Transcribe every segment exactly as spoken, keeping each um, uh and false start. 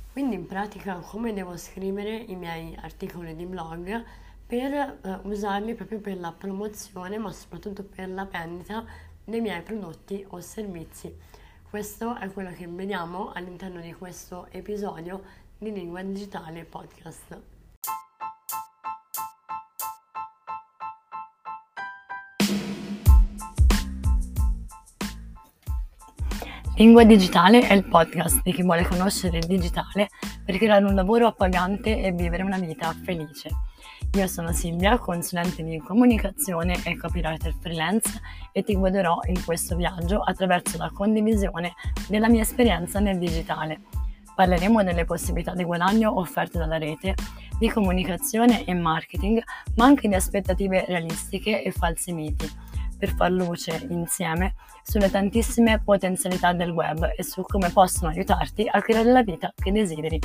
Quindi in pratica come devo scrivere i miei articoli di blog per eh, usarli proprio per la promozione, ma soprattutto per la vendita dei miei prodotti o servizi. Questo è quello che vediamo all'interno di questo episodio di Lingua Digitale Podcast. Lingua Digitale è il podcast di chi vuole conoscere il digitale per creare un lavoro appagante e vivere una vita felice. Io sono Silvia, consulente di comunicazione e copywriter freelance, e ti guiderò in questo viaggio attraverso la condivisione della mia esperienza nel digitale. Parleremo delle possibilità di guadagno offerte dalla rete, di comunicazione e marketing, ma anche di aspettative realistiche e falsi miti, per far luce insieme sulle tantissime potenzialità del web e su come possono aiutarti a creare la vita che desideri.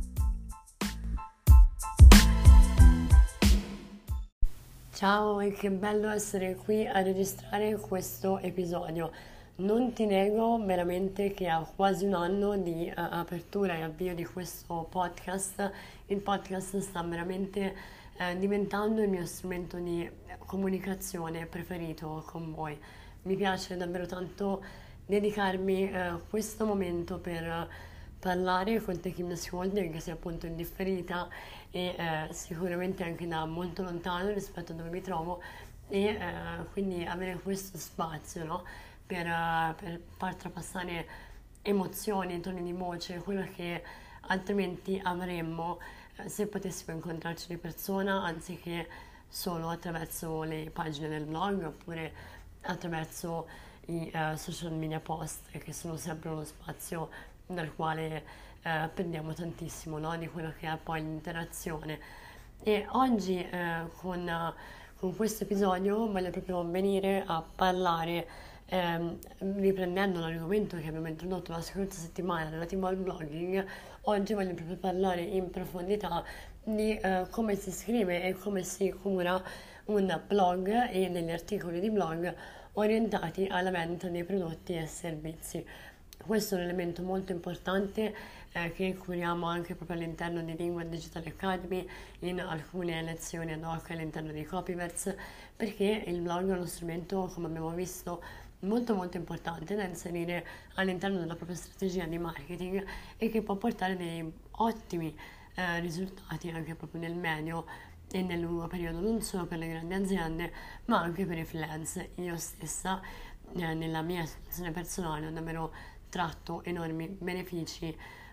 Ciao e che bello essere qui a registrare questo episodio. Non ti nego veramente che a quasi un anno di uh, apertura e avvio di questo podcast, il podcast sta veramente uh, diventando il mio strumento di comunicazione preferito con voi. Mi piace davvero tanto dedicarmi a uh, questo momento per uh, parlare con te che mi ascolti, anche se appunto in differita e uh, sicuramente anche da molto lontano rispetto a dove mi trovo, e uh, quindi avere questo spazio, no? per, uh, per far trapassare emozioni, toni di voce, quello che altrimenti avremmo uh, se potessimo incontrarci di persona anziché solo attraverso le pagine del blog oppure attraverso i uh, social media post, che sono sempre uno spazio dal quale uh, prendiamo tantissimo, no? Di quello che è poi l'interazione. E oggi uh, con, uh, con questo episodio voglio proprio venire a parlare, ehm, riprendendo l'argomento che abbiamo introdotto la scorsa settimana relativo al blogging. Oggi voglio proprio parlare in profondità di uh, come si scrive e come si cura un blog e degli articoli di blog orientati alla vendita dei prodotti e servizi. Questo è un elemento molto importante eh, che curiamo anche proprio all'interno di Lingua Digitale Academy, in alcune lezioni ad hoc all'interno di Copyverse, perché il blog è uno strumento, come abbiamo visto, molto molto importante da inserire all'interno della propria strategia di marketing e che può portare dei ottimi eh, risultati anche proprio nel medio e nel lungo periodo, non solo per le grandi aziende ma anche per i freelance. Io stessa eh, nella mia situazione personale ho davvero tratto enormi benefici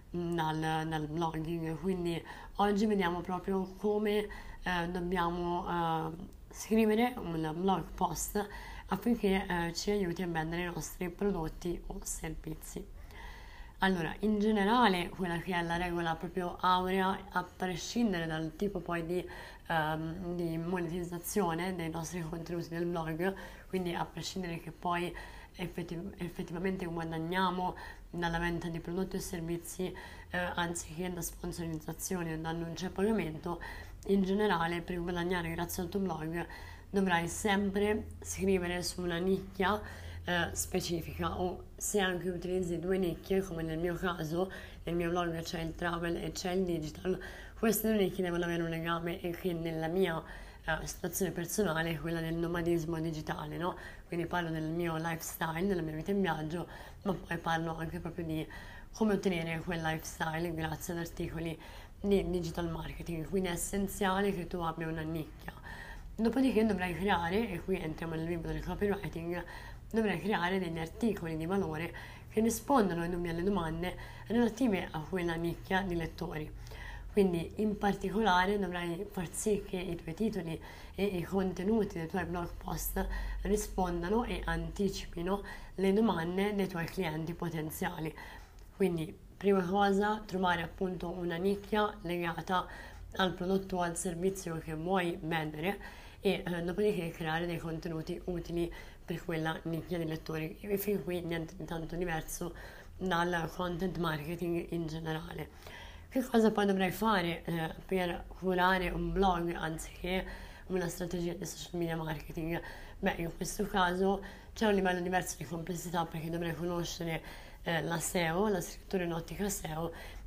dal, dal blogging, quindi oggi vediamo proprio come eh, dobbiamo eh, scrivere un blog post affinché eh, ci aiuti a vendere i nostri prodotti o servizi. Allora, in generale, quella che è la regola proprio aurea, a prescindere dal tipo poi di, ehm, di monetizzazione dei nostri contenuti del blog, quindi a prescindere che poi effettiv- effettivamente guadagniamo dalla vendita di prodotti e servizi eh, anziché da sponsorizzazioni o da annunci a pagamento, in generale per guadagnare grazie al tuo blog dovrai sempre scrivere su una nicchia eh, specifica, o se anche utilizzi due nicchie, come nel mio caso, nel mio blog c'è il travel e c'è il digital, queste due nicchie devono avere un legame, e che nella mia eh, situazione personale è quella del nomadismo digitale, no? Quindi parlo del mio lifestyle, della mia vita in viaggio, ma poi parlo anche proprio di come ottenere quel lifestyle grazie ad articoli di digital marketing, quindi è essenziale che tu abbia una nicchia. Dopodiché dovrai creare, e qui entriamo nel vivo del copywriting, dovrai creare degli articoli di valore che rispondono ai dubbi e alle domande relative a quella nicchia di lettori. Quindi in particolare dovrai far sì che i tuoi titoli e i contenuti dei tuoi blog post rispondano e anticipino le domande dei tuoi clienti potenziali. Quindi, prima cosa, trovare appunto una nicchia legata al prodotto o al servizio che vuoi vendere, e eh, dopodiché creare dei contenuti utili per quella nicchia di lettori. E fin qui niente di tanto diverso dal content marketing in generale. Che cosa poi dovrai fare eh, per curare un blog anziché una strategia di social media marketing? Beh, in questo caso c'è un livello diverso di complessità, perché dovrai conoscere eh, la S E O, la scrittura in ottica S E O,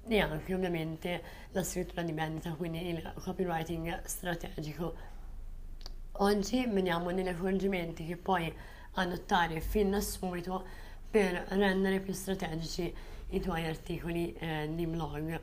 e anche ovviamente la scrittura di vendita, quindi il copywriting strategico. Oggi vediamo degli accorgimenti che puoi adottare fin da subito per rendere più strategici i tuoi articoli eh, di blog.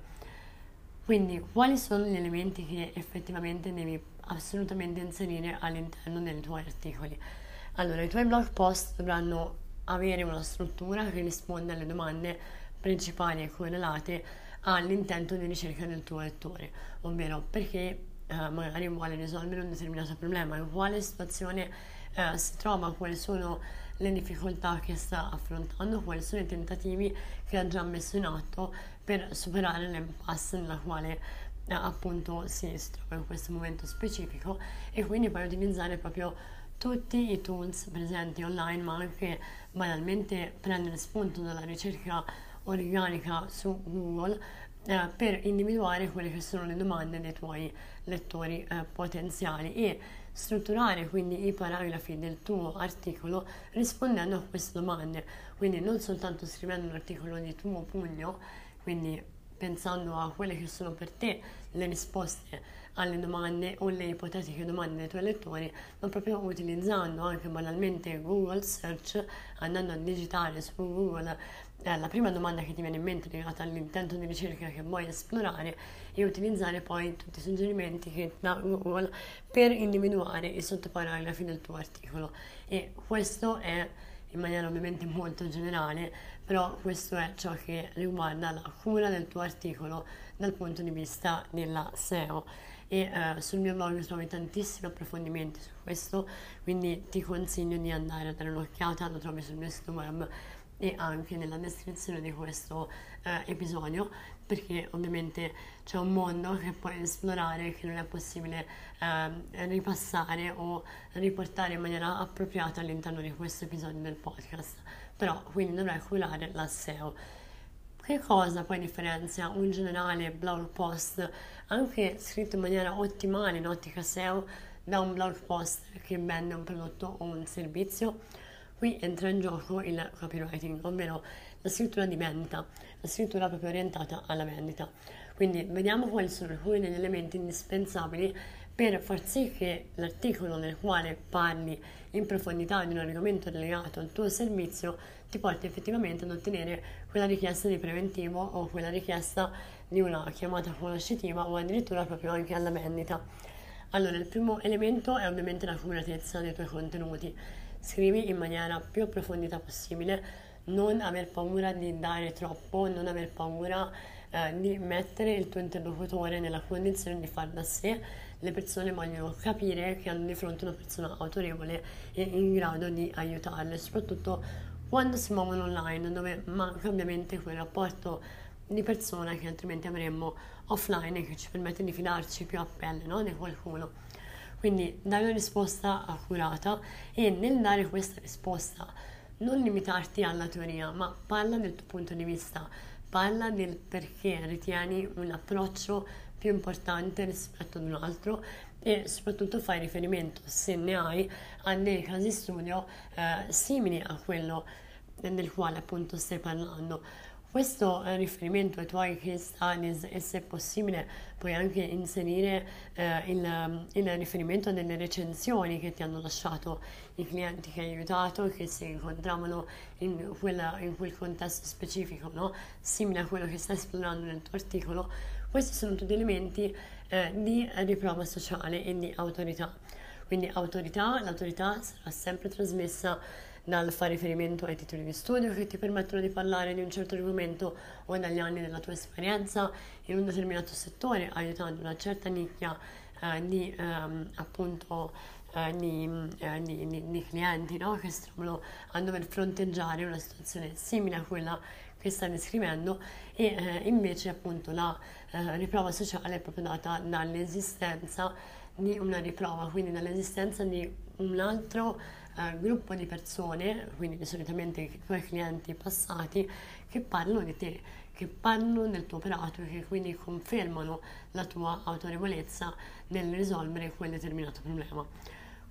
Quindi, quali sono gli elementi che effettivamente devi assolutamente inserire all'interno dei tuoi articoli? Allora, i tuoi blog post dovranno avere una struttura che risponde alle domande principali e correlate all'intento di ricerca del tuo lettore, ovvero perché eh, magari vuole risolvere un determinato problema, in quale situazione eh, si trova, quali sono le difficoltà che sta affrontando, quali sono i tentativi che ha già messo in atto per superare l'impasse nella quale eh, appunto si trova in questo momento specifico, e quindi puoi utilizzare proprio tutti i tools presenti online, ma anche banalmente prendere spunto dalla ricerca organica su Google eh, per individuare quelle che sono le domande dei tuoi lettori eh, potenziali e strutturare quindi i paragrafi del tuo articolo rispondendo a queste domande, quindi non soltanto scrivendo un articolo di tuo pugno, quindi pensando a quelle che sono per te le risposte alle domande o le ipotetiche domande dei tuoi lettori, ma proprio utilizzando anche banalmente Google Search, andando a digitare su Google eh, la prima domanda che ti viene in mente legata all'intento di ricerca che vuoi esplorare, e utilizzare poi tutti i suggerimenti che dà Google per individuare i sottoparagrafi del tuo articolo. E questo è in maniera ovviamente molto generale, però questo è ciò che riguarda la cura del tuo articolo dal punto di vista della S E O. E eh, sul mio blog trovi tantissimi approfondimenti su questo, quindi ti consiglio di andare a dare un'occhiata, lo trovi sul mio sito web e anche nella descrizione di questo eh, episodio, perché ovviamente c'è un mondo che puoi esplorare che non è possibile eh, ripassare o riportare in maniera appropriata all'interno di questo episodio del podcast, però quindi dovrai curare la S E O. Che cosa poi differenzia un generale blog post, anche scritto in maniera ottimale in ottica S E O, da un blog post che vende un prodotto o un servizio? Qui entra in gioco il copywriting, ovvero la scrittura di vendita, la scrittura proprio orientata alla vendita. Quindi vediamo quali sono alcuni degli elementi indispensabili per far sì che l'articolo nel quale parli in profondità di un argomento legato al tuo servizio ti porti effettivamente ad ottenere quella richiesta di preventivo o quella richiesta di una chiamata conoscitiva o addirittura proprio anche alla vendita. Allora, il primo elemento è ovviamente l'accuratezza dei tuoi contenuti. Scrivi in maniera più approfondita possibile, non aver paura di dare troppo, non aver paura eh, di mettere il tuo interlocutore nella condizione di far da sé. Le persone vogliono capire che hanno di fronte una persona autorevole e in grado di aiutarle, soprattutto quando si muovono online, dove manca ovviamente quel rapporto di persona che altrimenti avremmo offline e che ci permette di fidarci più a pelle, no? Di qualcuno. Quindi dai una risposta accurata, e nel dare questa risposta non limitarti alla teoria, ma parla del tuo punto di vista, parla del perché ritieni un approccio più importante rispetto ad un altro, e soprattutto fai riferimento, se ne hai, a dei casi studio eh, simili a quello del quale appunto stai parlando. Questo è riferimento ai tuoi case studies, e se possibile puoi anche inserire eh, il, il riferimento a delle recensioni che ti hanno lasciato i clienti che hai aiutato, che si incontravano in, quella, in quel contesto specifico, no? Simile a quello che stai esplorando nel tuo articolo. Questi sono tutti elementi eh, di riprova sociale e di autorità. Quindi autorità, l'autorità sarà sempre trasmessa dal fare riferimento ai titoli di studio che ti permettono di parlare di un certo argomento o dagli anni della tua esperienza in un determinato settore, aiutando una certa nicchia eh, di ehm, appunto eh, di, eh, di, di, di clienti, no? Che si trovano a dover fronteggiare una situazione simile a quella che stai descrivendo, e eh, invece appunto la eh, riprova sociale è proprio data dall'esistenza di una riprova, quindi dall'esistenza di un altro eh, gruppo di persone, quindi solitamente i tuoi clienti passati, che parlano di te, che parlano del tuo operato e che quindi confermano la tua autorevolezza nel risolvere quel determinato problema.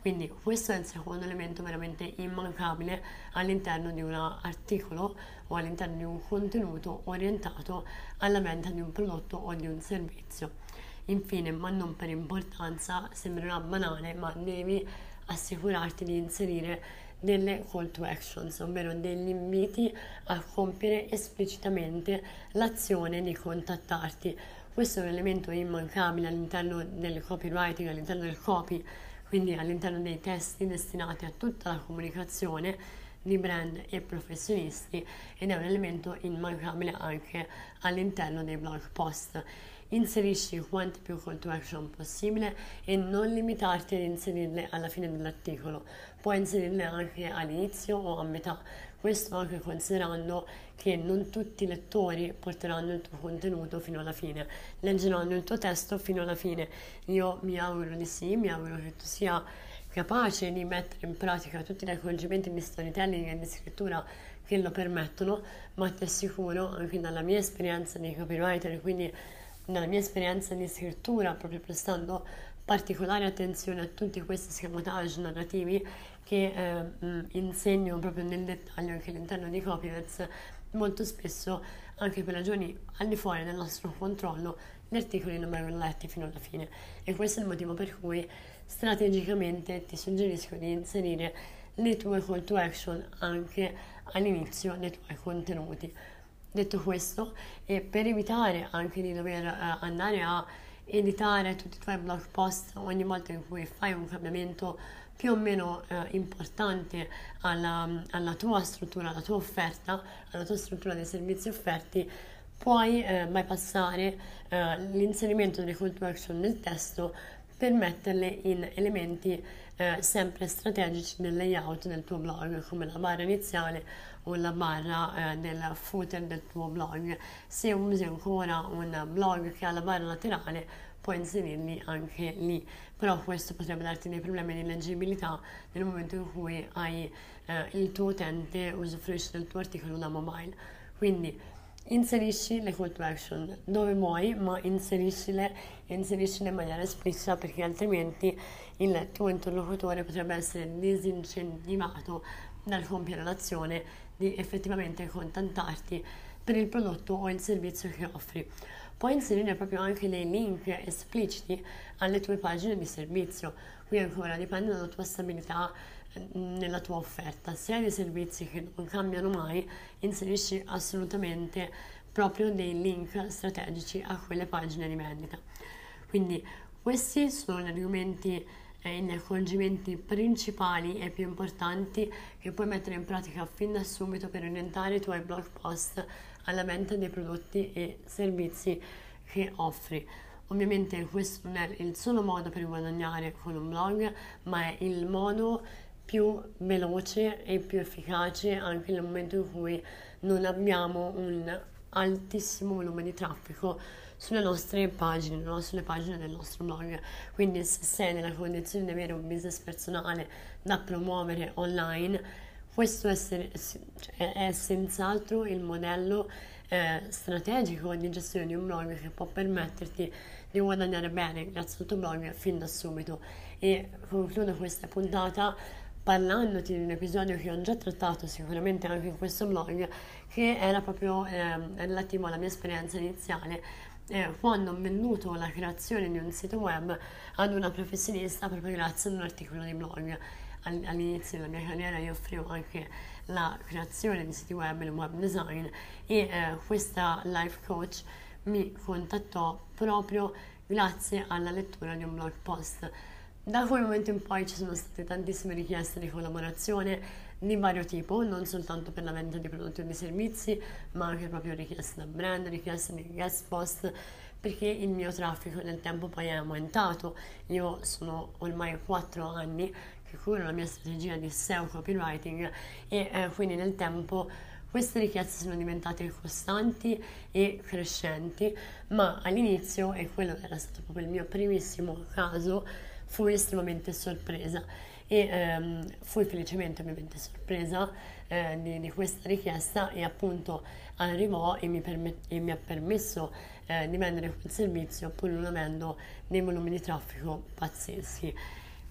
Quindi questo è il secondo elemento veramente immancabile all'interno di un articolo o all'interno di un contenuto orientato alla vendita di un prodotto o di un servizio. Infine, ma non per importanza, sembrerà banale, ma devi assicurarti di inserire delle call to actions, ovvero degli inviti a compiere esplicitamente l'azione di contattarti. Questo è un elemento immancabile all'interno del copywriting, all'interno del copy, quindi all'interno dei testi destinati a tutta la comunicazione di brand e professionisti, ed è un elemento immancabile anche all'interno dei blog post. Inserisci quanti più call to action possibile e non limitarti ad inserirle alla fine dell'articolo, puoi inserirle anche all'inizio o a metà, questo anche considerando che non tutti i lettori porteranno il tuo contenuto fino alla fine, leggeranno il tuo testo fino alla fine. Io mi auguro di sì, mi auguro che tu sia capace di mettere in pratica tutti gli accorgimenti di storytelling e di scrittura che lo permettono, ma ti assicuro, anche dalla mia esperienza di copywriter, quindi dalla mia esperienza di scrittura, proprio prestando particolare attenzione a tutti questi scamotage narrativi che eh, mh, insegno proprio nel dettaglio anche all'interno di Copyverse, molto spesso anche per ragioni al di fuori del nostro controllo gli articoli non vengono letti fino alla fine, e questo è il motivo per cui strategicamente ti suggerisco di inserire le tue call to action anche all'inizio dei tuoi contenuti. Detto questo, e per evitare anche di dover eh, andare a editare tutti i tuoi blog post ogni volta in cui fai un cambiamento più o meno eh, importante alla, alla tua struttura, alla tua offerta, alla tua struttura dei servizi offerti, puoi eh, bypassare eh, l'inserimento delle call to action nel testo per metterle in elementi eh, sempre strategici del layout del tuo blog, come la barra iniziale o la barra eh, del footer del tuo blog. Se usi ancora un blog che ha la barra laterale, puoi inserirli anche lì, però questo potrebbe darti dei problemi di leggibilità nel momento in cui hai eh, il tuo utente usufruisce del tuo articolo da mobile. Quindi inserisci le call to action dove vuoi, ma inseriscile e inseriscile in maniera esplicita, perché altrimenti il tuo interlocutore potrebbe essere disincentivato dal compiere l'azione di effettivamente contattarti per il prodotto o il servizio che offri. Puoi inserire proprio anche dei link espliciti alle tue pagine di servizio. Qui ancora dipende dalla tua stabilità nella tua offerta. Se hai dei servizi che non cambiano mai, inserisci assolutamente proprio dei link strategici a quelle pagine di vendita. Quindi questi sono gli argomenti e gli accorgimenti principali e più importanti che puoi mettere in pratica fin da subito per orientare i tuoi blog post alla vendita dei prodotti e servizi che offri. Ovviamente questo non è il solo modo per guadagnare con un blog, ma è il modo più veloce e più efficace anche nel momento in cui non abbiamo un altissimo volume di traffico sulle nostre pagine, no? Sulle pagine del nostro blog. Quindi se sei nella condizione di avere un business personale da promuovere online, questo è, cioè, è senz'altro il modello eh, strategico di gestione di un blog che può permetterti di guadagnare bene grazie al tuo blog fin da subito. E concludo questa puntata parlandoti di un episodio che ho già trattato sicuramente anche in questo blog, che era proprio eh, relativo alla mia esperienza iniziale eh, quando ho venduto la creazione di un sito web ad una professionista proprio grazie ad un articolo di blog. All'inizio della mia carriera io offrivo anche la creazione di siti web e il web design, e eh, questa life coach mi contattò proprio grazie alla lettura di un blog post. Da quel momento in poi ci sono state tantissime richieste di collaborazione di vario tipo, non soltanto per la vendita di prodotti o di servizi, ma anche proprio richieste da brand, richieste di guest post, perché il mio traffico nel tempo poi è aumentato. Io sono ormai quattro anni che curo la mia strategia di S E O copywriting e eh, quindi nel tempo queste richieste sono diventate costanti e crescenti, ma all'inizio, e quello era stato proprio il mio primissimo caso, fui estremamente sorpresa e ehm, fui felicemente ovviamente sorpresa eh, di, di questa richiesta, e appunto arrivò e mi, permet- e mi ha permesso eh, di vendere quel servizio pur non avendo dei volumi di traffico pazzeschi.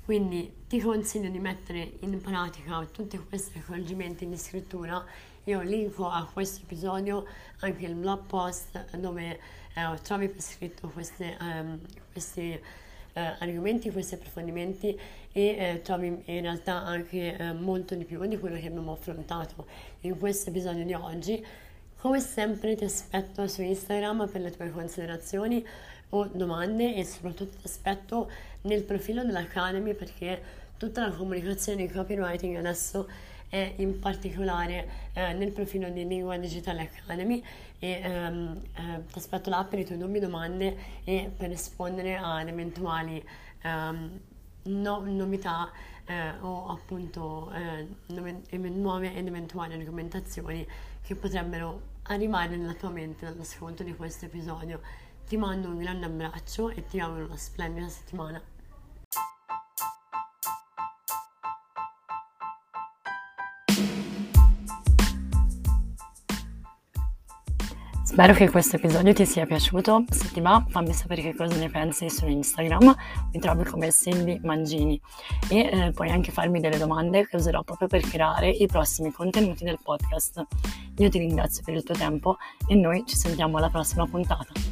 Quindi ti consiglio di mettere in pratica tutti questi accorgimenti di scrittura. Io linko a questo episodio anche il blog post dove eh, trovi per scritto queste, ehm, questi eh, argomenti, questi approfondimenti e eh, trovi in realtà anche eh, molto di più di quello che abbiamo affrontato in questo episodio di oggi. Come sempre ti aspetto su Instagram per le tue considerazioni o domande e soprattutto ti aspetto nel profilo dell'Academy, perché tutta la comunicazione di copywriting adesso è in particolare eh, nel profilo di Lingua Digitale Academy e ehm, eh, ti aspetto là per i tuoi dubbi, domande e per rispondere ad eventuali ehm, no, novità eh, o appunto eh, nove, nuove ed eventuali argomentazioni che potrebbero arrivare nella tua mente dall'ascolto di questo episodio. Ti mando un grande abbraccio e ti auguro una splendida settimana. Spero che questo episodio ti sia piaciuto. Se ti va, fammi sapere che cosa ne pensi su Instagram, mi trovi come Cindy Mangini e eh, puoi anche farmi delle domande che userò proprio per creare i prossimi contenuti del podcast. Io ti ringrazio per il tuo tempo e noi ci sentiamo alla prossima puntata.